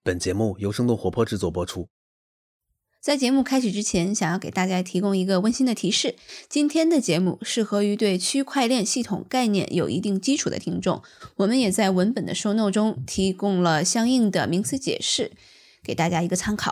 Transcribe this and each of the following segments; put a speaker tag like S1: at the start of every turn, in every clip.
S1: 本节目由生动活泼制作播出。
S2: 在节目开始之前，想要给大家提供一个温馨的提示，今天的节目适合于对区块链系统概念有一定基础的听众，我们也在文本的show note中提供了相应的名词解释，给大家一个参考。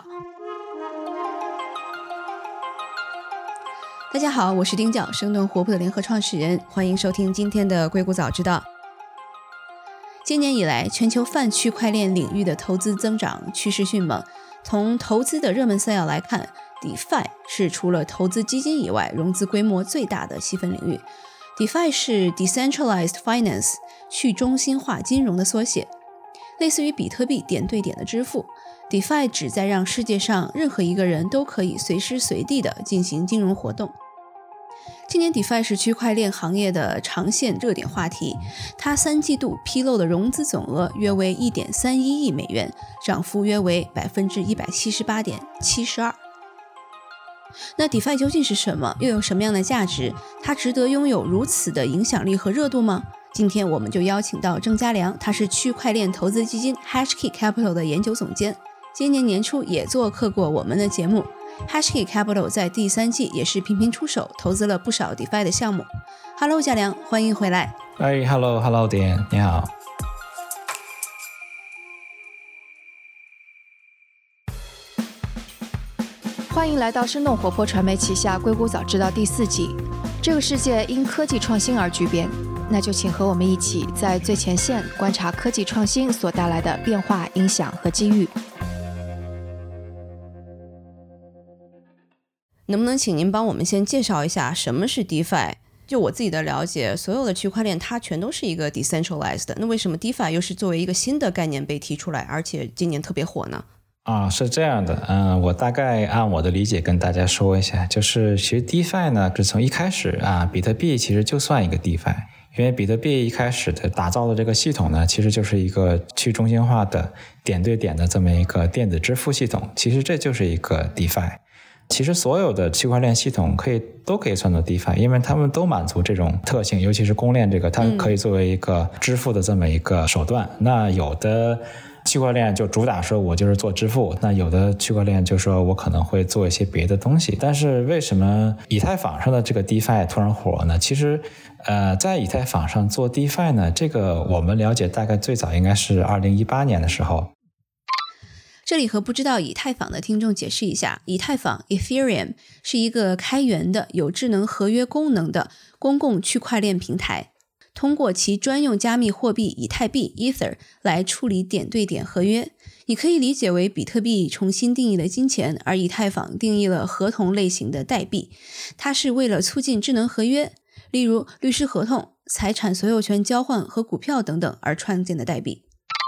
S2: 大家好，我是丁角，生动活泼的联合创始人，欢迎收听今天的硅谷早知道。今年以来，全球泛区块链领域的投资增长趋势迅猛。从投资的热门赛道来看， DeFi 是除了投资基金以外融资规模最大的细分领域。 DeFi 是 Decentralized Finance 去中心化金融的缩写，类似于比特币点对点的支付。 DeFi 旨在让世界上任何一个人都可以随时随地的进行金融活动。今年 DeFi 是区块链行业的长线热点话题，它3季度披露的融资总额约为 1.31 亿美元，涨幅约为 178.72%。 那 DeFi 究竟是什么，又有什么样的价值？它值得拥有如此的影响力和热度吗？今天我们就邀请到郑家良，他是区块链投资基金 Hashkey Capital 的研究总监，今年年初也做客过我们的节目。Hashkey Capital 在第3季也是频频出手，投资了不少 DeFi 的项目。Hello 家良，欢迎回来。
S3: Hello 点，你好。
S4: 欢迎来到生动活泼传媒旗下硅谷早知道第4季。这个世界因科技创新而巨变，那就请和我们一起在最前线观察科技创新所带来的变化、影响和机遇。
S2: 能不能请您帮我们先介绍一下什么是 DeFi？ 就我自己的了解，所有的区块链它全都是一个 decentralized 的，那为什么 DeFi 又是作为一个新的概念被提出来，而且今年特别火呢？
S3: 是这样的，我大概按我的理解跟大家说一下，就是其实 DeFi 呢是从一开始比特币其实就算一个 DeFi， 因为比特币一开始的打造的这个系统呢，其实就是一个去中心化的点对点的这么一个电子支付系统，其实这就是一个 DeFi。其实所有的区块链系统都可以算作 DeFi， 因为他们都满足这种特性，尤其是公链这个，它可以作为一个支付的这么一个手段。那有的区块链就主打说我就是做支付，那有的区块链就说我可能会做一些别的东西。但是为什么以太坊上的这个 DeFi 突然火呢？其实在以太坊上做 DeFi 呢，这个我们了解大概最早应该是2018年的时候。
S2: 这里和不知道以太坊的听众解释一下，以太坊 Ethereum 是一个开源的有智能合约功能的公共区块链平台，通过其专用加密货币以太币 Ether 来处理点对点合约。你可以理解为比特币重新定义了金钱，而以太坊定义了合同类型的代币。它是为了促进智能合约，例如律师合同、财产所有权交换和股票等等而创建的代币。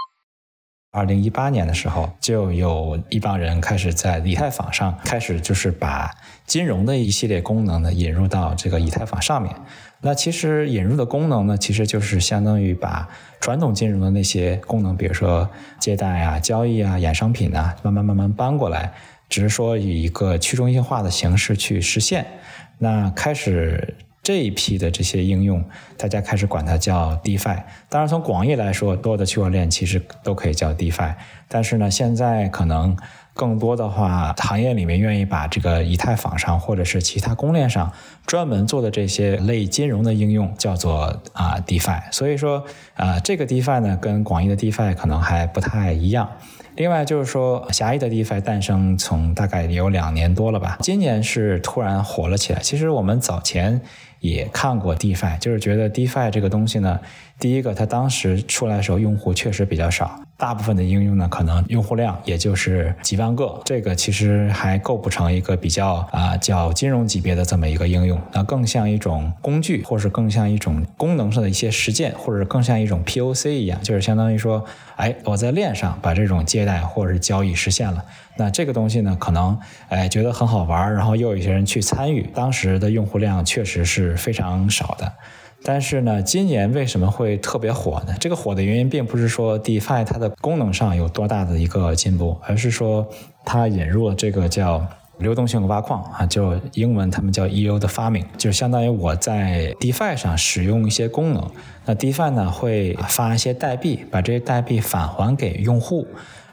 S3: 2018年的时候，就有一帮人开始在以太坊上开始就是把金融的一系列功能呢引入到这个以太坊上面。那其实引入的功能呢，其实就是相当于把传统金融的那些功能，比如说借贷交易衍生品慢慢搬过来，只是说以一个去中心化的形式去实现。那开始这一批的这些应用，大家开始管它叫 DeFi。 当然从广义来说，所有的区块链其实都可以叫 DeFi， 但是呢，现在可能更多的话，行业里面愿意把这个以太坊上或者是其他公链上专门做的这些类金融的应用叫做DeFi。 所以说这个 DeFi 呢跟广义的 DeFi 可能还不太一样。另外就是说，狭义的 DeFi 诞生从大概有2年多了吧，今年是突然火了起来。其实我们早前也看过 DeFi， 就是觉得 DeFi 这个东西呢，第一个它当时出来的时候用户确实比较少，大部分的应用呢可能用户量也就是几万个，这个其实还构不成一个比较叫金融级别的这么一个应用，那更像一种工具，或是更像一种功能上的一些实践，或者更像一种 POC 一样，就是相当于说我在链上把这种借贷或者是交易实现了，那这个东西呢可能觉得很好玩，然后又有一些人去参与，当时的用户量确实是非常少的。但是呢，今年为什么会特别火呢？这个火的原因并不是说 DeFi 它的功能上有多大的一个进步，而是说它引入了这个叫流动性挖矿就英文他们叫 yield farming， 就相当于我在 DeFi 上使用一些功能，那 DeFi 呢会发一些代币，把这些代币返还给用户，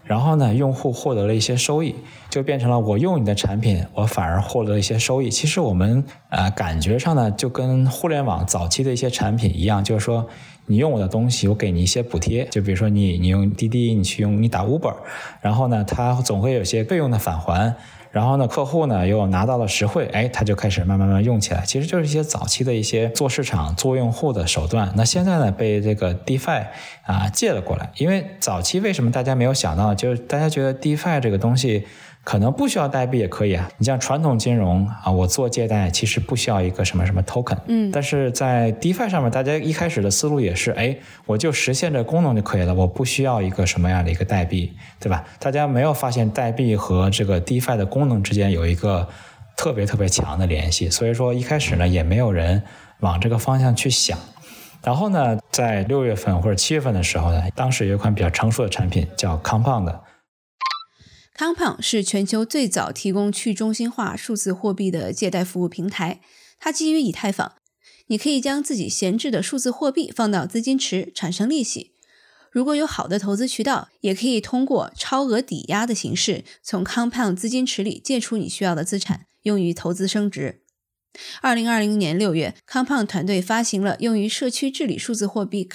S3: 然后呢，用户获得了一些收益，就变成了我用你的产品，我反而获得了一些收益。其实我们感觉上呢，就跟互联网早期的一些产品一样，就是说你用我的东西，我给你一些补贴。就比如说你用滴滴，你打 Uber， 然后呢，它总会有些费用的返还。然后呢，客户呢又拿到了实惠，他就开始慢慢用起来。其实就是一些早期的一些做市场、做用户的手段。那现在呢，被这个 DeFi 借了过来。因为早期为什么大家没有想到，就是大家觉得 DeFi 这个东西可能不需要代币也可以啊。你像传统金融我做借贷其实不需要一个什么 token，但是在 DeFi 上面，大家一开始的思路也是，我就实现这功能就可以了，我不需要一个什么样的一个代币，对吧？大家没有发现代币和这个 DeFi 的功能之间有一个特别强的联系，所以说一开始呢，也没有人往这个方向去想。然后呢，在6月份或者7月份的时候呢，当时有一款比较成熟的产品叫
S2: Compound。Compound 是全球最早提供去中心化数字货币的借贷服务平台，它基于以太坊，你可以将自己闲置的数字货币放到资金池产生利息。如果有好的投资渠道，也可以通过超额抵押的形式从 Compound 资金池里借出你需要的资产，用于投资升值。2020年6月 Compound 团队发行了用于社区治理数字货币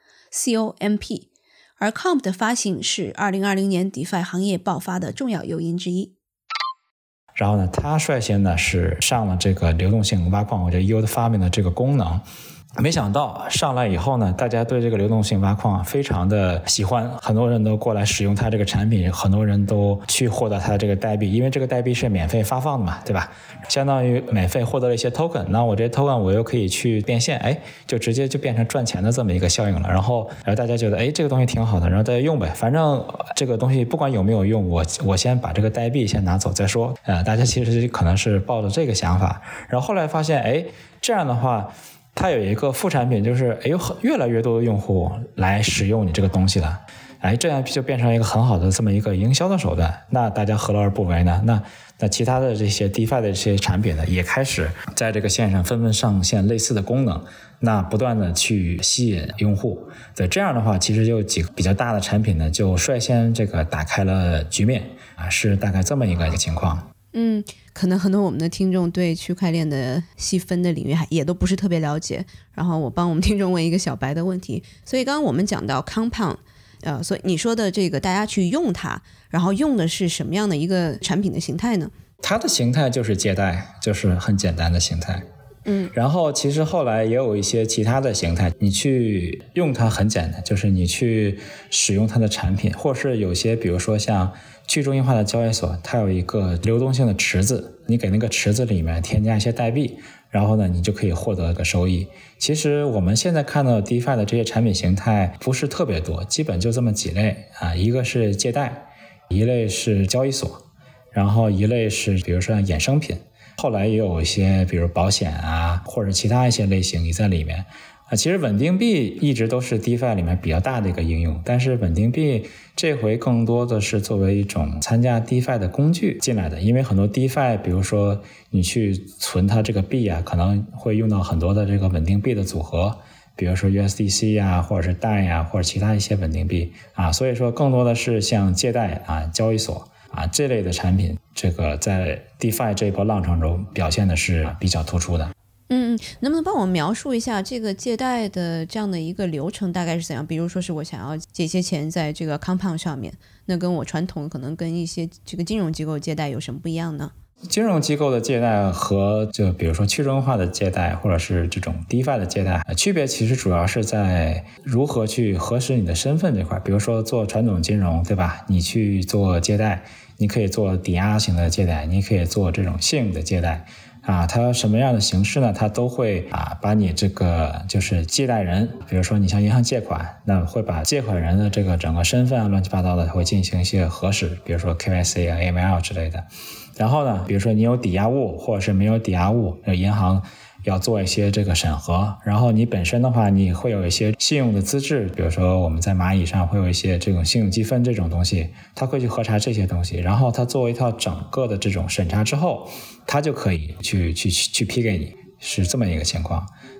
S2: COMP，而 COMP 的发行是2020年 DeFi 行业爆发的重要诱因之一。
S3: 然后呢，它率先呢是上了这个流动性挖矿或者 Yield Farming 的这个功能。没想到上来以后呢，大家对这个流动性挖矿非常的喜欢，很多人都过来使用它这个产品，很多人都去获得它的这个代币，因为这个代币是免费发放的嘛，对吧？相当于免费获得了一些 token， 那我这些 token 我又可以去变现，就直接就变成赚钱的这么一个效应了。然后大家觉得这个东西挺好的，然后大家用呗，反正这个东西不管有没有用，我先把这个代币先拿走再说。大家其实可能是抱着这个想法，然后后来发现这样的话它有一个副产品，就是有越来越多的用户来使用你这个东西了，这样就变成一个很好的这么一个营销的手段。那大家何乐而不为呢？那其他的这些 DeFi 的这些产品呢，也开始在这个线上纷纷上线类似的功能，那不断的去吸引用户。对，这样的话，其实有几个比较大的产品呢，就率先这个打开了局面是大概这么一个情况。
S2: 可能很多我们的听众对区块链的细分的领域也都不是特别了解，然后我帮我们听众问一个小白的问题。所以刚刚我们讲到 Compound，所以你说的这个大家去用它，然后用的是什么样的一个产品的形态呢？
S3: 它的形态就是借贷，就是很简单的形态。然后其实后来也有一些其他的形态，你去用它很简单，就是你去使用它的产品，或是有些比如说像去中心化的交易所，它有一个流动性的池子，你给那个池子里面添加一些代币，然后呢你就可以获得个收益。其实我们现在看到 DeFi 的这些产品形态不是特别多，基本就这么几类一个是借贷，一类是交易所，然后一类是比如说像衍生品，后来也有一些比如保险或者其他一些类型也在里面。其实稳定币一直都是 DeFi 里面比较大的一个应用，但是稳定币这回更多的是作为一种参加 DeFi 的工具进来的。因为很多 DeFi 比如说你去存它这个币可能会用到很多的这个稳定币的组合，比如说 USDC 或者是DAI或者其他一些稳定币所以说更多的是像借贷交易所这类的产品，这个在 DeFi 这一波浪潮中表现的是比较突出的。
S2: 能不能帮我描述一下这个借贷的这样的一个流程大概是怎样？比如说是我想要借一些钱在这个 Compound 上面，那跟我传统可能跟一些这个金融机构借贷有什么不一样呢？
S3: 金融机构的借贷和就比如说去中心化的借贷或者是这种 DeFi 的借贷区别其实主要是在如何去核实你的身份这块。比如说做传统金融，对吧？你去做借贷，你可以做抵押型的借贷，你可以做这种信用的借贷它什么样的形式呢？它都会把你这个就是借贷人，比如说你向银行借款，那会把借款人的这个整个身份乱七八糟的会进行一些核实，比如说 KYC AML 之类的。然后呢，比如说你有抵押物或者是没有抵押物，银行要做一些这个审核。然后你本身的话，你会有一些信用的资质，比如说我们在蚂蚁上会有一些这种信用积分这种东西，它会去核查这些东西，然后它做一套整个的这种审查之后，它就可以去批给你，是这么一个情况。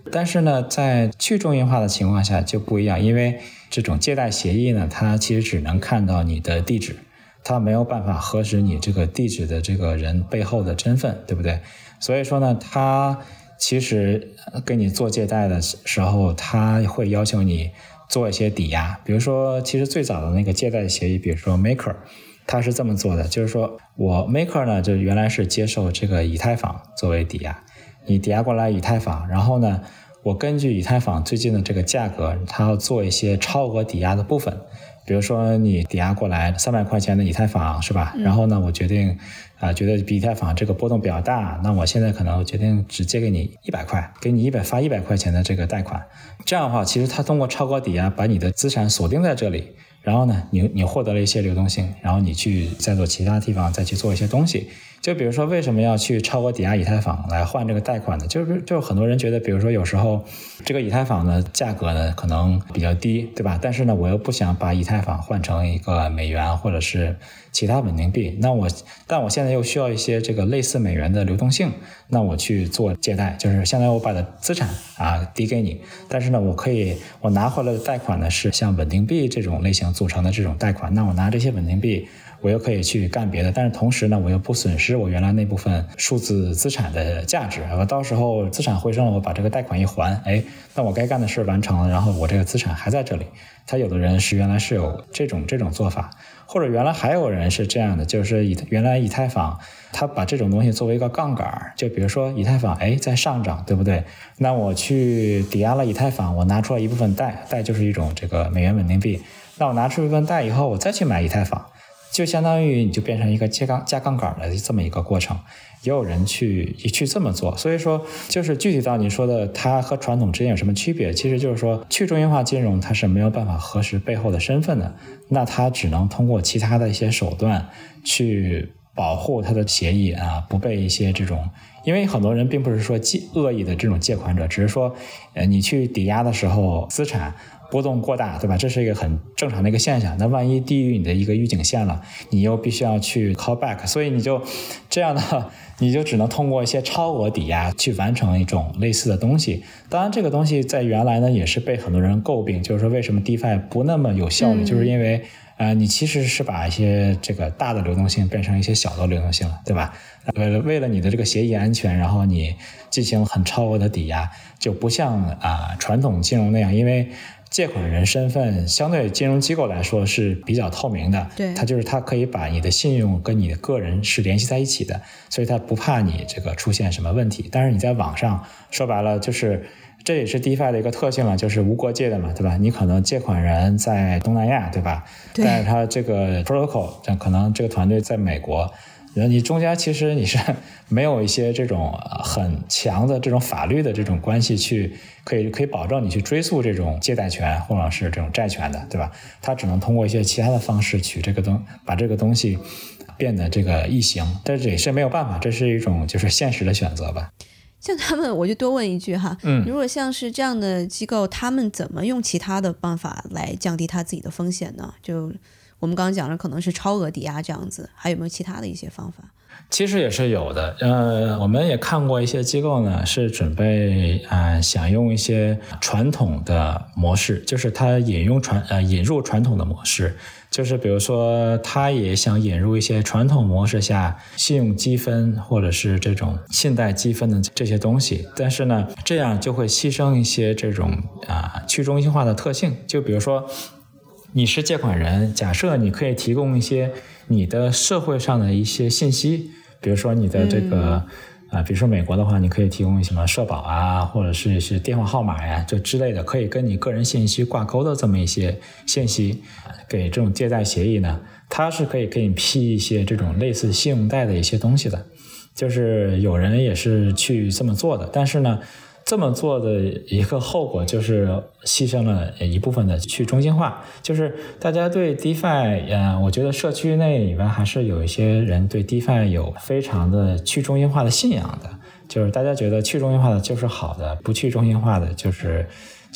S3: 但是呢，在去中心化的情况下就不一样，因为这种借贷协议呢，它其实只能看到你的地址，它没有办法核实你这个地址的这个人背后的身份，对不对？所以说呢，它其实跟你做借贷的时候，它会要求你做一些抵押。比如说，其实最早的那个借贷协议，比如说 Maker， 它是这么做的，就是说我 Maker 呢，就原来是接受这个以太坊作为抵押，你抵押过来以太坊，然后呢，我根据以太坊最近的这个价格，它要做一些超额抵押的部分。比如说你抵押过来300块钱的以太坊是吧？然后呢，我决定觉得比以太坊这个波动比较大，那我现在可能决定只借给你100块，给你发100块钱的这个贷款。这样的话，其实它通过超额抵押把你的资产锁定在这里，然后呢，你获得了一些流动性，然后你去再做其他地方再去做一些东西。就比如说为什么要去超额抵押以太坊来换这个贷款呢？就是很多人觉得，比如说有时候这个以太坊的价格呢可能比较低，对吧？但是呢，我又不想把以太坊换成一个美元或者是其他稳定币，但我现在又需要一些这个类似美元的流动性，那我去做借贷，就是相当于我把的资产抵给你，但是呢，我拿回来的贷款呢是像稳定币这种类型组成的这种贷款，那我拿这些稳定币我又可以去干别的，但是同时呢，我又不损失我原来那部分数字资产的价值。我到时候资产回升了，我把这个贷款一还，那我该干的事完成了，然后我这个资产还在这里。他有的人是原来是有这种做法，或者原来还有人是这样的，就是原来以太坊他把这种东西作为一个杠杆，就比如说以太坊在上涨，对不对？那我去抵押了以太坊，我拿出了一部分贷就是一种这个美元稳定币，那我拿出一部分贷以后，我再去买以太坊，就相当于你就变成一个加杠杆的这么一个过程，也有人去这么做。所以说就是具体到你说的它和传统之间有什么区别，其实就是说去中心化金融它是没有办法核实背后的身份的，那它只能通过其他的一些手段去保护它的协议不被一些这种，因为很多人并不是说恶意的这种借款者，只是说你去抵押的时候资产波动过大，对吧？这是一个很正常的一个现象。那万一低于你的一个预警线了，你又必须要去 call back， 所以你就这样的，你就只能通过一些超额抵押去完成一种类似的东西。当然，这个东西在原来呢也是被很多人诟病，就是说为什么 DeFi 不那么有效率，就是因为你其实是把一些这个大的流动性变成一些小的流动性了，对吧？为了你的这个协议安全，然后你进行很超额的抵押，就不像传统金融那样，因为借款人身份相对金融机构来说是比较透明的，
S2: 对，
S3: 它可以把你的信用跟你的个人是联系在一起的，所以它不怕你这个出现什么问题。但是你在网上说白了就是这也是 DeFi 的一个特性了，就是无国界的嘛，对吧？你可能借款人在东南亚，对吧？
S2: 对，
S3: 但是他这个 protocol 可能这个团队在美国，你中间其实你是没有一些这种很强的这种法律的这种关系去可以保证你去追溯这种借贷权或者是这种债权的，对吧？他只能通过一些其他的方式把这个东西变得这个易行，但是也是没有办法，这是一种就是现实的选择吧。
S2: 像他们，我就多问一句哈，如果像是这样的机构，他们怎么用其他的办法来降低他自己的风险呢？就我们刚刚讲的可能是超额抵押这样子，还有没有其他的一些方法？
S3: 其实也是有的，我们也看过一些机构呢，是准备想用一些传统的模式，就是它引入传统的模式，就是比如说他也想引入一些传统模式下信用积分或者是这种信贷积分的这些东西，但是呢，这样就会牺牲一些这种去中心化的特性，就比如说你是借款人，假设你可以提供一些你的社会上的一些信息，比如说你的这个比如说美国的话，你可以提供什么社保或者是电话号码呀，这之类的可以跟你个人信息挂钩的这么一些信息，给这种借贷协议呢，它是可以给你批一些这种类似信用贷的一些东西的，就是有人也是去这么做的，但是呢，这么做的一个后果就是牺牲了一部分的去中心化，就是大家对 DeFi 我觉得社区内以外还是有一些人对 DeFi 有非常的去中心化的信仰的，就是大家觉得去中心化的就是好的，不去中心化的就是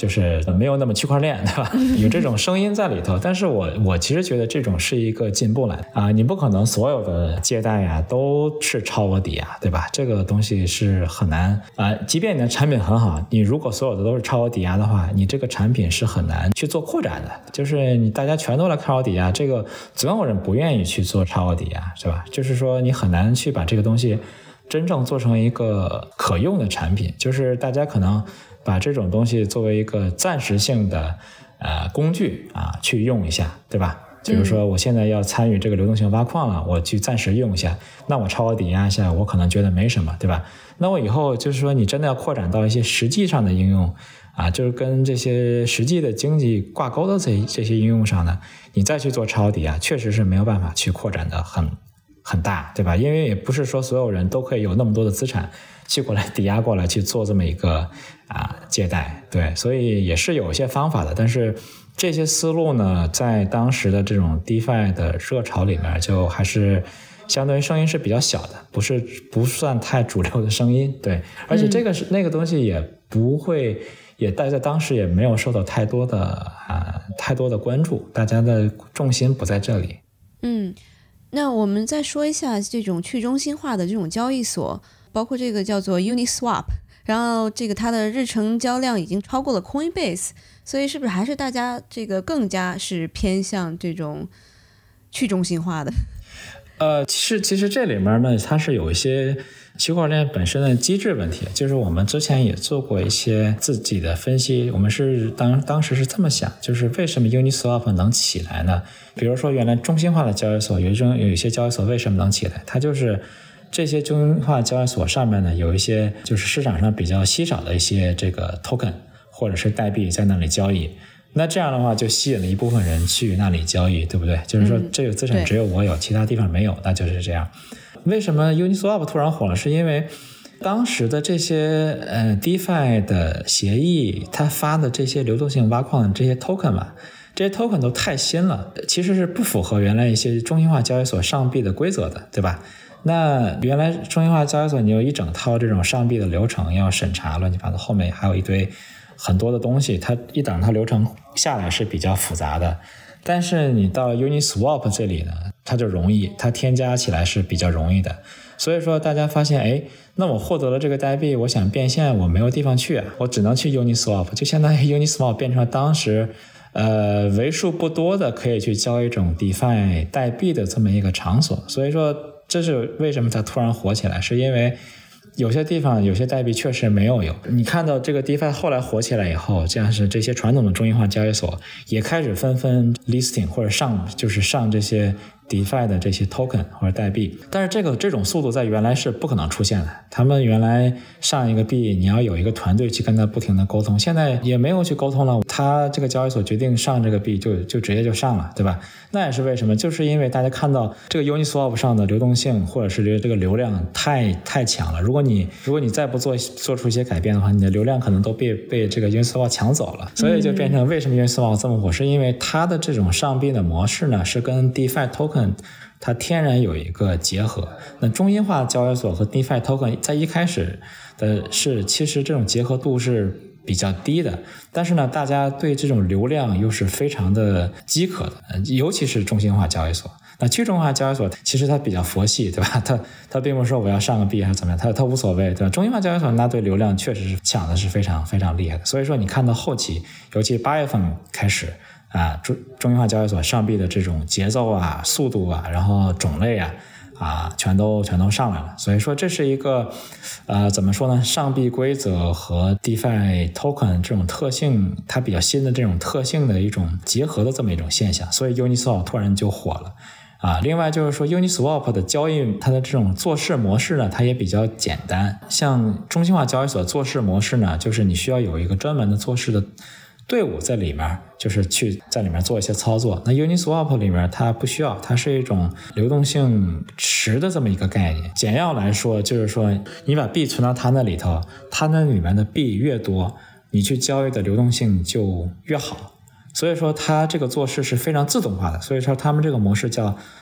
S3: 就是没有那么区块链，对吧？有这种声音在里头，但是我其实觉得这种是一个进步来的啊，你不可能所有的借贷呀都是超额抵押，对吧？这个东西是很难啊，即便你的产品很好，你如果所有的都是超额抵押的话，你这个产品是很难去做扩展的。就是你大家全都来超额抵押，这个总有人不愿意去做超额抵押，是吧？就是说你很难去把这个东西真正做成一个可用的产品，就是大家可能把这种东西作为一个暂时性的工具啊去用一下，对吧？比如说我现在要参与这个流动性挖矿了，我去暂时用一下，那我超额抵押一下，我可能觉得没什么，对吧？那我以后就是说你真的要扩展到一些实际上的应用啊，就是跟这些实际的经济挂钩的这些应用上呢，你再去做超额抵押，确实是没有办法去扩展的很大，对吧？因为也不是说所有人都可以有那么多的资产去过来抵押过来去做这么一个借贷，对，所以也是有一些方法的，但是这些思路呢，在当时的这种 DeFi 的热潮里面，就还是相对于声音是比较小的，不算太主流的声音，对，而且这个那个东西也不会，也在当时也没有受到太多的关注，大家的重心不在这里。
S2: 那我们再说一下这种去中心化的这种交易所，包括这个叫做 Uniswap， 然后这个它的日成交量已经超过了 Coinbase， 所以是不是还是大家这个更加是偏向这种去中心化的？
S3: 其实这里面呢，它是有一些区块链本身的机制问题，就是我们之前也做过一些自己的分析，我们是当时是这么想，就是为什么 Uniswap 能起来呢？比如说原来中心化的交易所，有一些交易所为什么能起来？它就是这些中心化交易所上面呢，有一些就是市场上比较稀少的一些这个 token 或者是代币在那里交易。那这样的话就吸引了一部分人去那里交易，对不对？就是说这个资产只有我有，其他地方没有，那就是这样。为什么 Uniswap 突然火了？是因为当时的这些DeFi 的协议，它发的这些流动性挖矿的这些 token 嘛，这些 token 都太新了，其实是不符合原来一些中心化交易所上币的规则的，对吧？那原来中心化交易所你有一整套这种上币的流程要审查，乱七八糟，后面还有一堆很多的东西，它一整套流程下来是比较复杂的。但是你到 Uniswap 这里呢，它就容易，它添加起来是比较容易的。所以说大家发现，那我获得了这个代币，我想变现，我没有地方去啊，我只能去 Uniswap， 就相当于 Uniswap 变成了当时为数不多的可以去交易这种 DeFi 代币的这么一个场所。所以说这是为什么它突然火起来，是因为有些地方有些代币确实没有。你看到这个 DeFi 后来火起来以后，这样是这些传统的中心化交易所也开始纷纷 listing 或者上这些 DeFi 的这些 token 或者代币，但是这种速度在原来是不可能出现的。他们原来上一个币，你要有一个团队去跟他不停的沟通，现在也没有去沟通了，他这个交易所决定上这个币就直接就上了，对吧？那也是为什么？就是因为大家看到这个 Uniswap 上的流动性或者是这个流量太强了，如果你再不做出一些改变的话，你的流量可能都被这个 Uniswap 抢走了。所以就变成为什么 Uniswap 这么火，是因为它的这种上币的模式呢，是跟 DeFi token它天然有一个结合。那中心化交易所和 DeFi token 在一开始的其实这种结合度是比较低的，但是呢，大家对这种流量又是非常的饥渴的，尤其是中心化交易所。那去中心化交易所其实它比较佛系，对吧？它并不是说我要上个币还是怎么样，它无所谓，对吧？中心化交易所那对流量确实是抢的是非常非常厉害的。所以说你看到后期，尤其8月份开始中心化交易所上币的这种节奏啊、速度啊，然后种类全都上来了。所以说这是一个怎么说呢？上币规则和 DeFi token 这种特性，它比较新的这种特性的一种结合的这么一种现象，所以 Uniswap 突然就火了。另外就是说 Uniswap 的交易，它的这种做事模式呢，它也比较简单。像中心化交易所做事模式呢，就是你需要有一个专门的做事的队伍在里面，就是去在里面做一些操作。那 Uniswap 里面它不需要，它是一种流动性池的这么一个概念。简要来说就是说，你把币存到它那里头，它那里面的币越多，你去交易的流动性就越好。所以说它这个做事是非常自动化的，所以说他们这个模式叫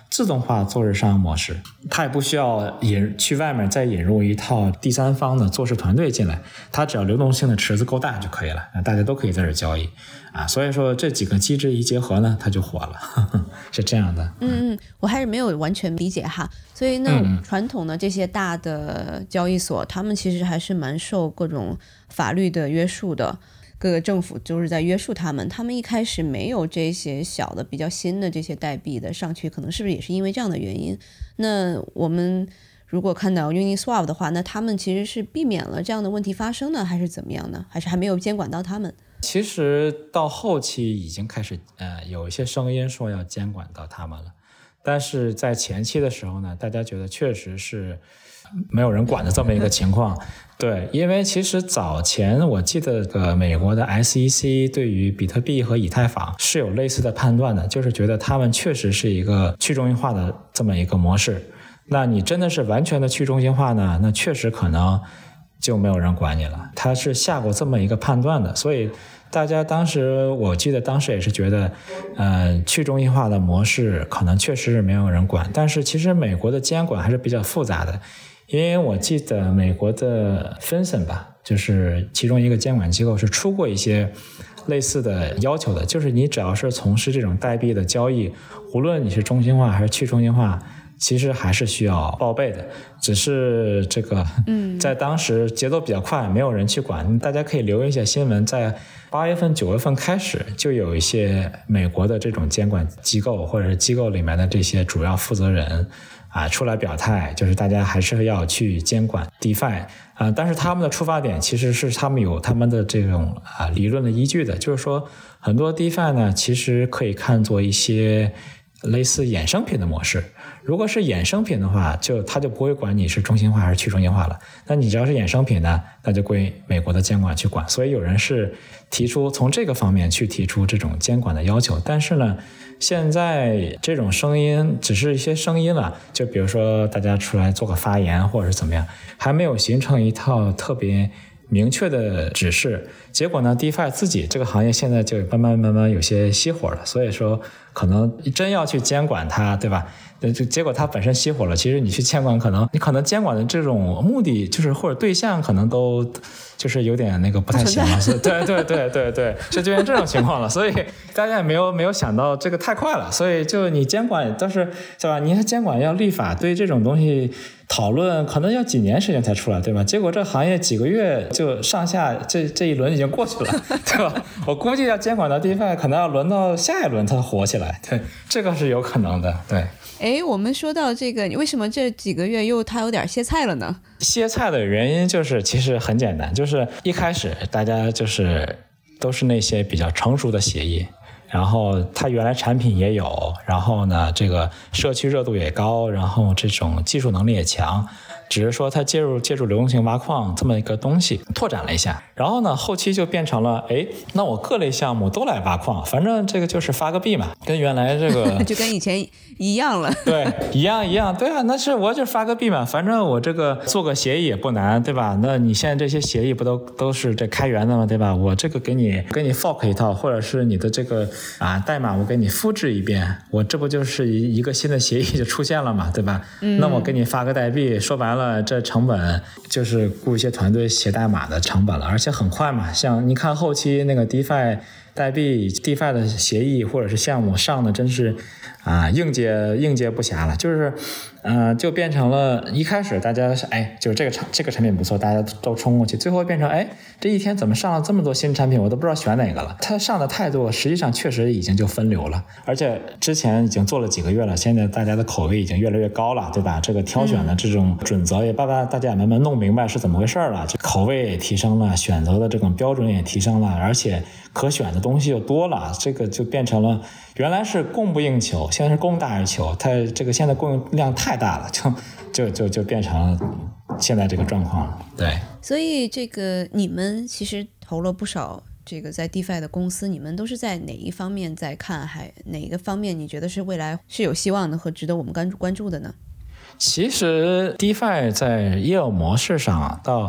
S3: 自动化做市商模式，它也不需要去外面再引入一套第三方的做事团队进来，它只要流动性的池子够大就可以了，大家都可以在这交易啊。所以说这几个机制一结合呢，它就火了，是这样的。
S2: 我还是没有完全理解哈。所以那传统的这些大的交易所，他们其实还是蛮受各种法律的约束的。各个政府就是在约束他们一开始没有这些小的比较新的这些代币的上去，可能是不是也是因为这样的原因？那我们如果看到 Uniswap 的话，那他们其实是避免了这样的问题发生呢，还是怎么样呢？还是还没有监管到他们？
S3: 其实到后期已经开始有一些声音说要监管到他们了，但是在前期的时候呢，大家觉得确实是没有人管的这么一个情况。对，因为其实早前我记得美国的 SEC 对于比特币和以太坊是有类似的判断的，就是觉得他们确实是一个去中心化的这么一个模式。那你真的是完全的去中心化呢，那确实可能就没有人管你了，他是下过这么一个判断的。所以大家当时我记得当时也是觉得去中心化的模式可能确实是没有人管，但是其实美国的监管还是比较复杂的。因为我记得美国的 FinCEN 吧，就是其中一个监管机构是出过一些类似的要求的，就是你只要是从事这种代币的交易，无论你是中心化还是去中心化，其实还是需要报备的，只是这个在当时节奏比较快，没有人去管。大家可以留意一下新闻，在8月份9月份开始就有一些美国的这种监管机构或者是机构里面的这些主要负责人出来表态，就是大家还是要去监管 DeFi 但是他们的出发点其实是他们有他们的这种理论的依据的，就是说很多 DeFi 呢其实可以看作一些类似衍生品的模式。如果是衍生品的话，他就不会管你是中心化还是去中心化了。那你只要是衍生品呢，那就归美国的监管去管。所以有人是提出从这个方面去提出这种监管的要求，但是呢现在这种声音只是一些声音了，就比如说大家出来做个发言或者是怎么样，还没有形成一套特别明确的指示。结果呢 DeFi 自己这个行业现在就慢慢有些熄火了，所以说可能真要去监管它，对吧？结果它本身熄火了，其实你去监管你可能监管的这种目的就是或者对象可能都就是有点那个不太行了，对，是就变这种情况了。所以大家也没有想到这个太快了，所以就你监管都是吧？你监管要立法，对这种东西讨论可能要几年时间才出来，对吧？结果这行业几个月就上下这一轮已经过去了，对吧？我估计要监管到 DeFi 可能要轮到下一轮它火起来，对，这个是有可能的，对。
S2: 我们说到这个，为什么这几个月它有点歇菜了呢？
S3: 歇菜的原因就是其实很简单，就是一开始大家就是都是那些比较成熟的协议，然后它原来产品也有，然后呢这个社区热度也高，然后这种技术能力也强，只是说它借助流动性挖矿这么一个东西拓展了一下，然后呢后期就变成了那我各类项目都来挖矿，反正这个就是发个币嘛，跟原来这个
S2: 就跟以前一样了。
S3: 对，一样，对啊，那是我就发个币嘛，反正我这个做个协议也不难，对吧？那你现在这些协议不都是这开源的吗？对吧？我这个给你 fork 一套，或者是你的这个代码我给你复制一遍，我这不就是一个新的协议就出现了嘛，对吧？那我给你发个代币，说白了这成本就是雇一些团队写代码的成本了，而且很快嘛。像你看后期那个 DeFi 代币 DeFi 的协议或者是项目上的真是应接不暇了，就是就变成了一开始大家是就是这个产品不错，大家都冲过去，最后变成这一天怎么上了这么多新产品，我都不知道选哪个了。它上的太多，实际上确实已经就分流了，而且之前已经做了几个月了，现在大家的口味已经越来越高了，对吧？这个挑选的这种准则也大家也慢慢弄明白是怎么回事了，这口味也提升了，选择的这种标准也提升了，而且可选的东西又多了，这个就变成了原来是供不应求，现在是供大于求，它这个现在供应量太大了，就变成了现在这个状况了。对，
S2: 所以这个你们其实投了不少这个在 DeFi 的公司，你们都是在哪一方面在看，还哪一个方面你觉得是未来是有希望的和值得我们关注的呢？
S3: 其实 DeFi 在业务模式上到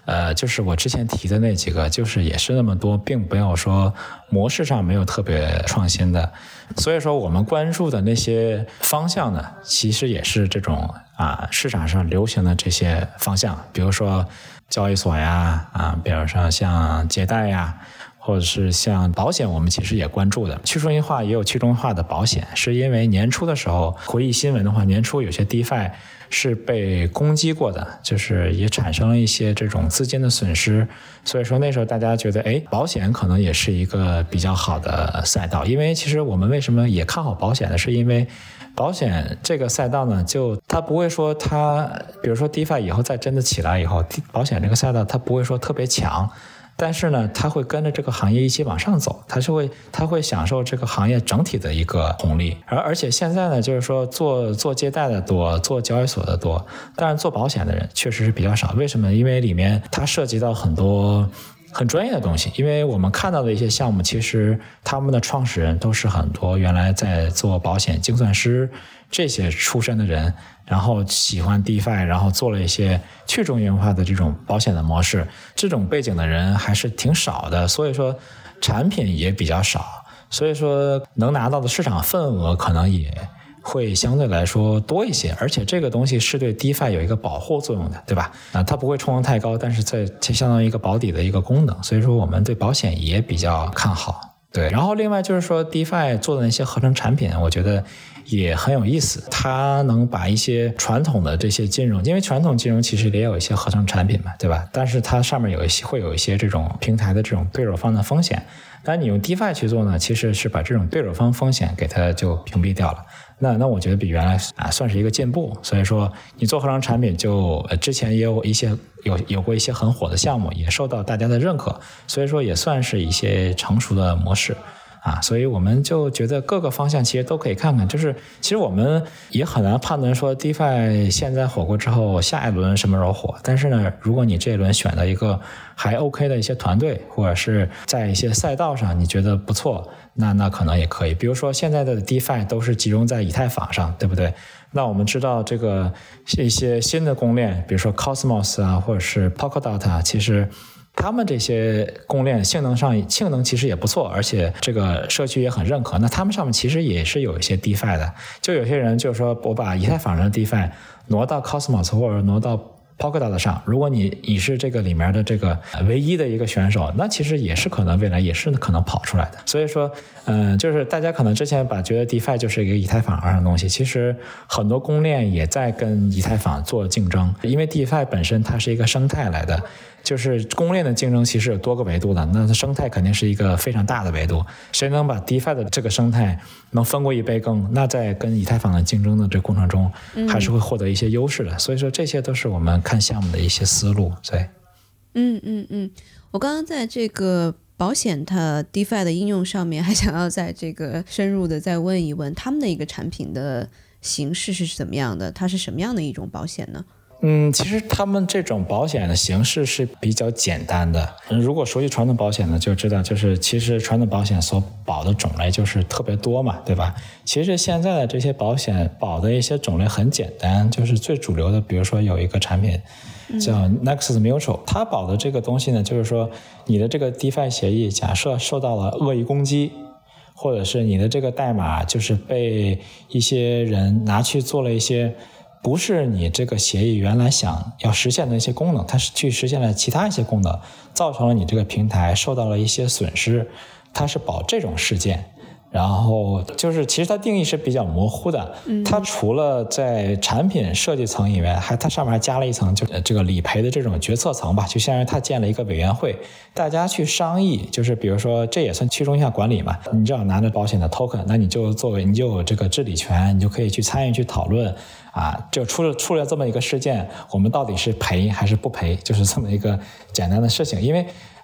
S3: 就是我之前提的那几个，就是也是那么多，并没有说模式上没有特别创新的。所以说我们关注的那些方向呢，其实也是这种市场上流行的这些方向，比如说交易所呀，比如说像借贷呀，或者是像保险，我们其实也关注的。去中心化也有去中心化的保险，是因为年初的时候回忆新闻的话，年初有些 DeFi 是被攻击过的，就是也产生了一些这种资金的损失，所以说那时候大家觉得保险可能也是一个比较好的赛道。因为其实我们为什么也看好保险呢，是因为保险这个赛道呢，就它不会说它比如说 DeFi 以后再真的起来以后，保险这个赛道它不会说特别强，但是呢，它会跟着这个行业一起往上走，它会享受这个行业整体的一个红利。而且现在呢，就是说做借贷的多，做交易所的多，但是做保险的人确实是比较少。为什么？因为里面它涉及到很多很专业的东西。因为我们看到的一些项目，其实他们的创始人都是很多原来在做保险精算师这些出身的人，然后喜欢 DeFi， 然后做了一些去中心化的这种保险的模式，这种背景的人还是挺少的，所以说产品也比较少，所以说能拿到的市场份额可能也会相对来说多一些。而且这个东西是对 DeFi 有一个保护作用的，对吧？它不会冲得太高，但是这相当于一个保底的一个功能，所以说我们对保险也比较看好。对，然后另外就是说 DeFi 做的那些合成产品，我觉得也很有意思。它能把一些传统的这些金融，因为传统金融其实也有一些合成产品嘛，对吧？但是它上面会有一些这种平台的这种对手方的风险。但你用 DeFi 去做呢，其实是把这种对手方风险给它就屏蔽掉了。那我觉得比原来算是一个进步。所以说你做合成产品就之前也有过一些很火的项目，也受到大家的认可，所以说也算是一些成熟的模式。所以我们就觉得各个方向其实都可以看看，就是其实我们也很难判断说 DeFi 现在火过之后下一轮什么时候火，但是呢，如果你这一轮选了一个还 OK 的一些团队，或者是在一些赛道上你觉得不错，那可能也可以。比如说现在的 DeFi 都是集中在以太坊上，对不对？那我们知道这个一些新的公链，比如说 Cosmos 或者是 Polkadot 其实他们这些公链性能其实也不错，而且这个社区也很认可。那他们上面其实也是有一些 DeFi 的，就有些人就是说我把以太坊上的 DeFi 挪到 Cosmos 或者挪到 Polkadot 上，如果你是这个里面的这个唯一的一个选手，那其实也是可能未来也是可能跑出来的。所以说就是大家可能之前觉得 DeFi 就是一个以太坊上的东西，其实很多公链也在跟以太坊做竞争，因为 DeFi 本身它是一个生态来的，就是公链的竞争其实有多个维度的，那生态肯定是一个非常大的维度，谁能把 DeFi 的这个生态能分过一杯羹，那在跟以太坊的竞争的这过程中还是会获得一些优势的。所以说这些都是我们看项目的一些思路。对，
S2: 我刚刚在这个保险它 DeFi 的应用上面还想要在这个深入的再问一问他们的一个产品的形式是怎么样的，它是什么样的一种保险呢？
S3: 其实他们这种保险的形式是比较简单的。如果熟悉传统保险呢，就知道就是其实传统保险所保的种类就是特别多嘛，对吧？其实现在的这些保险保的一些种类很简单，就是最主流的，比如说有一个产品叫 Nexus Mutual， 它保的这个东西呢，就是说你的这个 DeFi 协议假设受到了恶意攻击，或者是你的这个代码就是被一些人拿去做了一些不是你这个协议原来想要实现的一些功能，它是去实现了其他一些功能，造成了你这个平台受到了一些损失，它是保这种事件。然后就是其实它定义是比较模糊的，它除了在产品设计层以外，它上面还加了一层就这个理赔的这种决策层吧，就相当于它建了一个委员会，大家去商议，就是比如说这也算去中心化管理嘛，你只要拿着保险的 token， 那你就有这个治理权，你就可以去参与去讨论就出了这么一个事件，我们到底是赔还是不赔，就是这么一个简单的事情。因为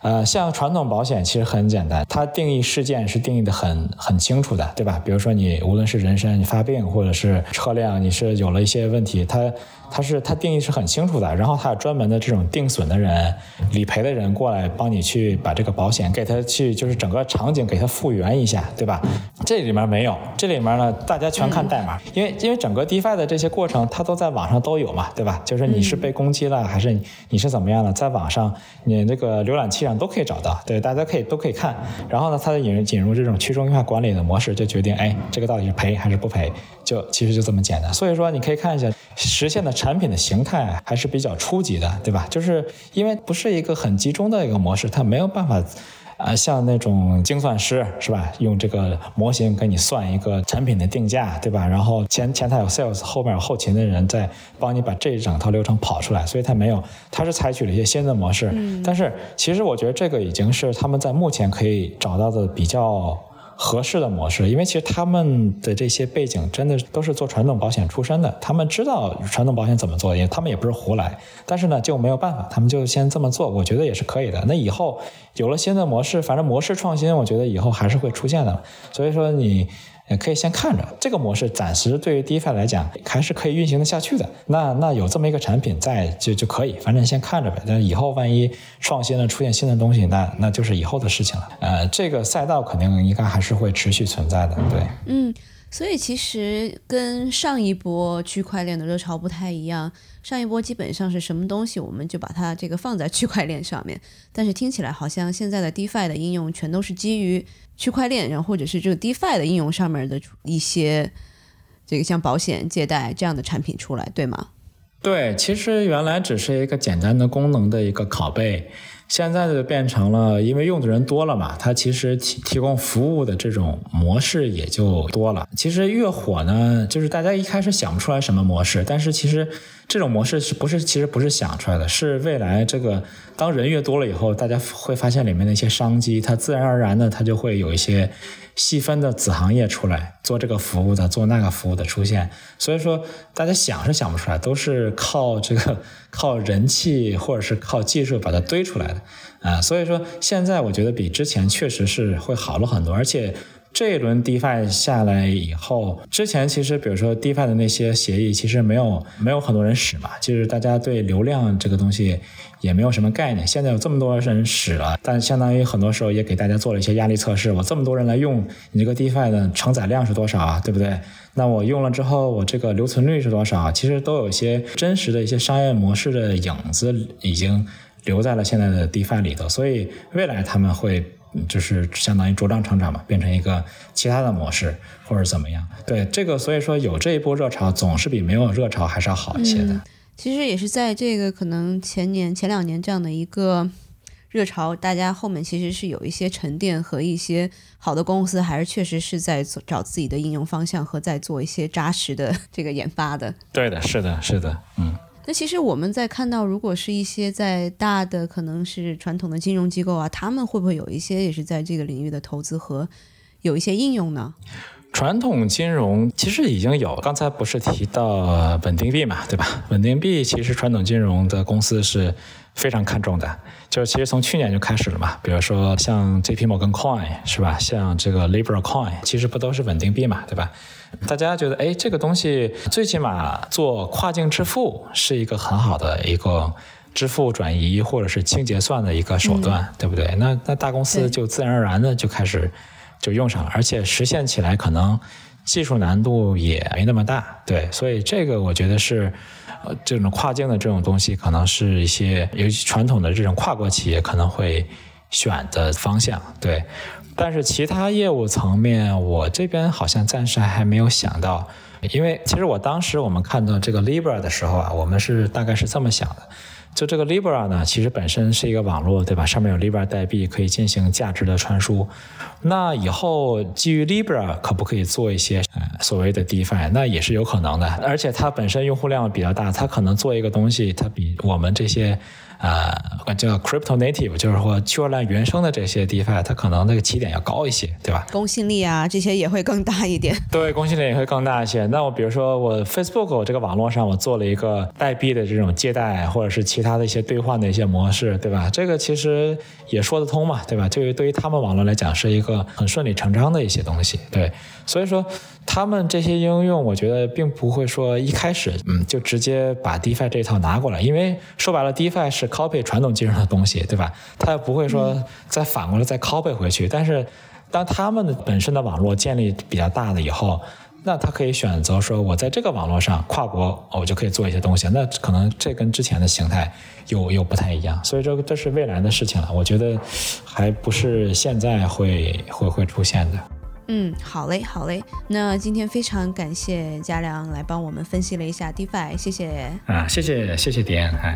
S3: 像传统保险其实很简单，它定义事件是定义的很清楚的，对吧？比如说你无论是人身你发病，或者是车辆你是有了一些问题，它定义是很清楚的，然后它有专门的这种定损的人、理赔的人过来帮你去把这个保险给它去就是整个场景给它复原一下，对吧？这里面没有，这里面呢大家全看代码，因为整个 DeFi 的这些过程它都在网上都有嘛，对吧？就是你是被攻击了，还是你是怎么样的，在网上你这个浏览器上都可以找到，对，大家都可以看。然后呢，它引入这种去中心化管理的模式，就决定这个到底是赔还是不赔，其实就这么简单。所以说你可以看一下实现的产品的形态还是比较初级的，对吧？就是因为不是一个很集中的一个模式，它没有办法像那种精算师是吧，用这个模型给你算一个产品的定价，对吧？然后前台有 sales， 后面有后勤的人在帮你把这一整套流程跑出来，所以它没有，它是采取了一些新的模式。但是其实我觉得这个已经是他们在目前可以找到的比较合适的模式，因为其实他们的这些背景真的都是做传统保险出身的，他们知道传统保险怎么做，他们也不是胡来，但是呢就没有办法，他们就先这么做，我觉得也是可以的。那以后有了新的模式，反正模式创新我觉得以后还是会出现的，所以说你可以先看着这个模式，暂时对于 DeFi 来讲还是可以运行的下去的。那有这么一个产品在就可以，反正先看着呗。但以后万一创新了出现新的东西，那就是以后的事情了。这个赛道肯定应该还是会持续存在的，对。
S2: 所以其实跟上一波区块链的热潮不太一样，上一波基本上是什么东西我们就把它这个放在区块链上面，但是听起来好像现在的 DeFi 的应用全都是基于区块链，然后或者是这个 DeFi 的应用上面的一些这个像保险、借贷这样的产品出来，对吗？
S3: 对，其实原来只是一个简单的功能的一个拷贝，现在就变成了，因为用的人多了嘛，它其实提供服务的这种模式也就多了。其实越火呢，就是大家一开始想不出来什么模式，但是其实这种模式其实不是想出来的，是未来这个当人越多了以后，大家会发现里面的一些商机，它自然而然的它就会有一些细分的子行业出来，做这个服务的，做那个服务的出现。所以说大家想是想不出来，都是靠人气或者是靠技术把它堆出来的所以说现在我觉得比之前确实是会好了很多。而且这一轮 DeFi 下来以后，之前其实比如说 DeFi 的那些协议其实没有很多人使嘛，就是大家对流量这个东西也没有什么概念。现在有这么多人使了，但相当于很多时候也给大家做了一些压力测试，我这么多人来用你这个 DeFi 的承载量是多少啊，对不对？那我用了之后我这个留存率是多少，其实都有一些真实的一些商业模式的影子已经留在了现在的 DeFi 里头，所以未来他们会就是相当于茁壮成长嘛，变成一个其他的模式或者怎么样。对这个，所以说有这一波热潮总是比没有热潮还是要好一些的。
S2: 其实也是在这个可能前2年这样的一个热潮，大家后面其实是有一些沉淀和一些好的公司还是确实是在找自己的应用方向和在做一些扎实的这个研发的。
S3: 对的，是的，
S2: 那其实我们在看到如果是一些在大的可能是传统的金融机构啊，他们会不会有一些也是在这个领域的投资和有一些应用呢？
S3: 传统金融其实已经有，刚才不是提到稳定币嘛，对吧？稳定币其实传统金融的公司是非常看重的，就是其实从去年就开始了嘛，比如说像 JP Morgan Coin 是吧，像这个 Libra Coin 其实不都是稳定币嘛，对吧？大家觉得这个东西最起码做跨境支付是一个很好的一个支付转移或者是清结算的一个手段，对不对？那大公司就自然而然的就开始就用上了，而且实现起来可能技术难度也没那么大，对，所以这个我觉得是这种跨境的这种东西可能是一些尤其传统的这种跨国企业可能会选的方向，对。但是其他业务层面我这边好像暂时还没有想到，因为其实当时我们看到这个 Libra 的时候啊，我们是大概是这么想的，就这个 Libra 呢其实本身是一个网络，对吧？上面有 Libra 代币可以进行价值的传输，那以后基于 Libra 可不可以做一些所谓的 DeFi， 那也是有可能的，而且它本身用户量比较大，它可能做一个东西它比我们这些叫 crypto native， 就是说区块链原生的这些 DeFi， 它可能那个起点要高一些，对吧？
S2: 公信力啊这些也会更大一点。
S3: 对，公信力也会更大一些。那我比如说我 Facebook 这个网络上我做了一个代币的这种借贷，或者是其他的一些兑换的一些模式，对吧？这个其实也说得通嘛，对吧？这个对于他们网络来讲是一个很顺理成章的一些东西，对。所以说他们这些应用我觉得并不会说一开始就直接把 DeFi 这一套拿过来，因为说白了 DeFi 是 copy 传统金融的东西，对吧？他也不会说再反过来再 copy 回去，但是当他们的本身的网络建立比较大了以后，那他可以选择说我在这个网络上跨国我就可以做一些东西，那可能这跟之前的形态又不太一样，所以这是未来的事情了，我觉得还不是现在会出现的。
S2: 好嘞，那今天非常感谢嘉良来帮我们分析了一下 DeFi， 谢谢
S3: 谢谢迪安。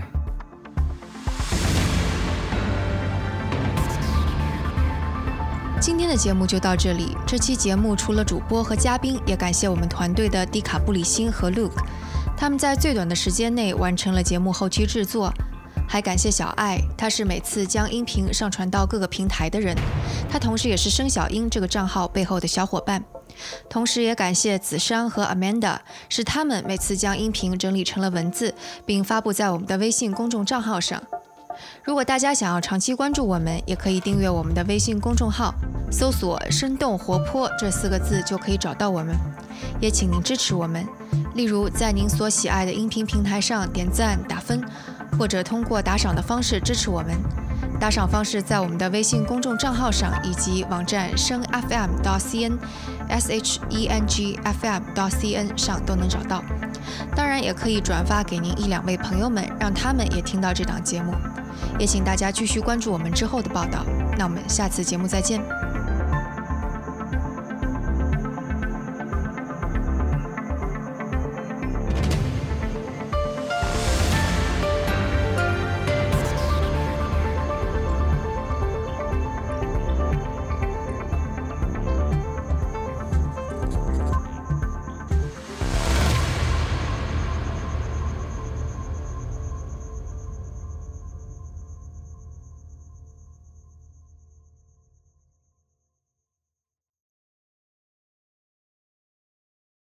S4: 今天的节目就到这里。这期节目除了主播和嘉宾，也感谢我们团队的迪卡布里辛和 Luke， 他们在最短的时间内完成了节目后期制作。还感谢小爱，他是每次将音频上传到各个平台的人，他同时也是生小英这个账号背后的小伙伴。同时也感谢子珊和 Amanda， 是他们每次将音频整理成了文字，并发布在我们的微信公众账号上。如果大家想要长期关注我们，也可以订阅我们的微信公众号，搜索生动活泼这4个字就可以找到我们。也请您支持我们，例如在您所喜爱的音频平台上点赞打分，或者通过打赏的方式支持我们。打赏方式在我们的微信公众账号上以及网站声 FM.cn SHENGFM.cn 上都能找到。当然也可以转发给您1-2位朋友们，让他们也听到这档节目。也请大家继续关注我们之后的报道。那我们下次节目再见。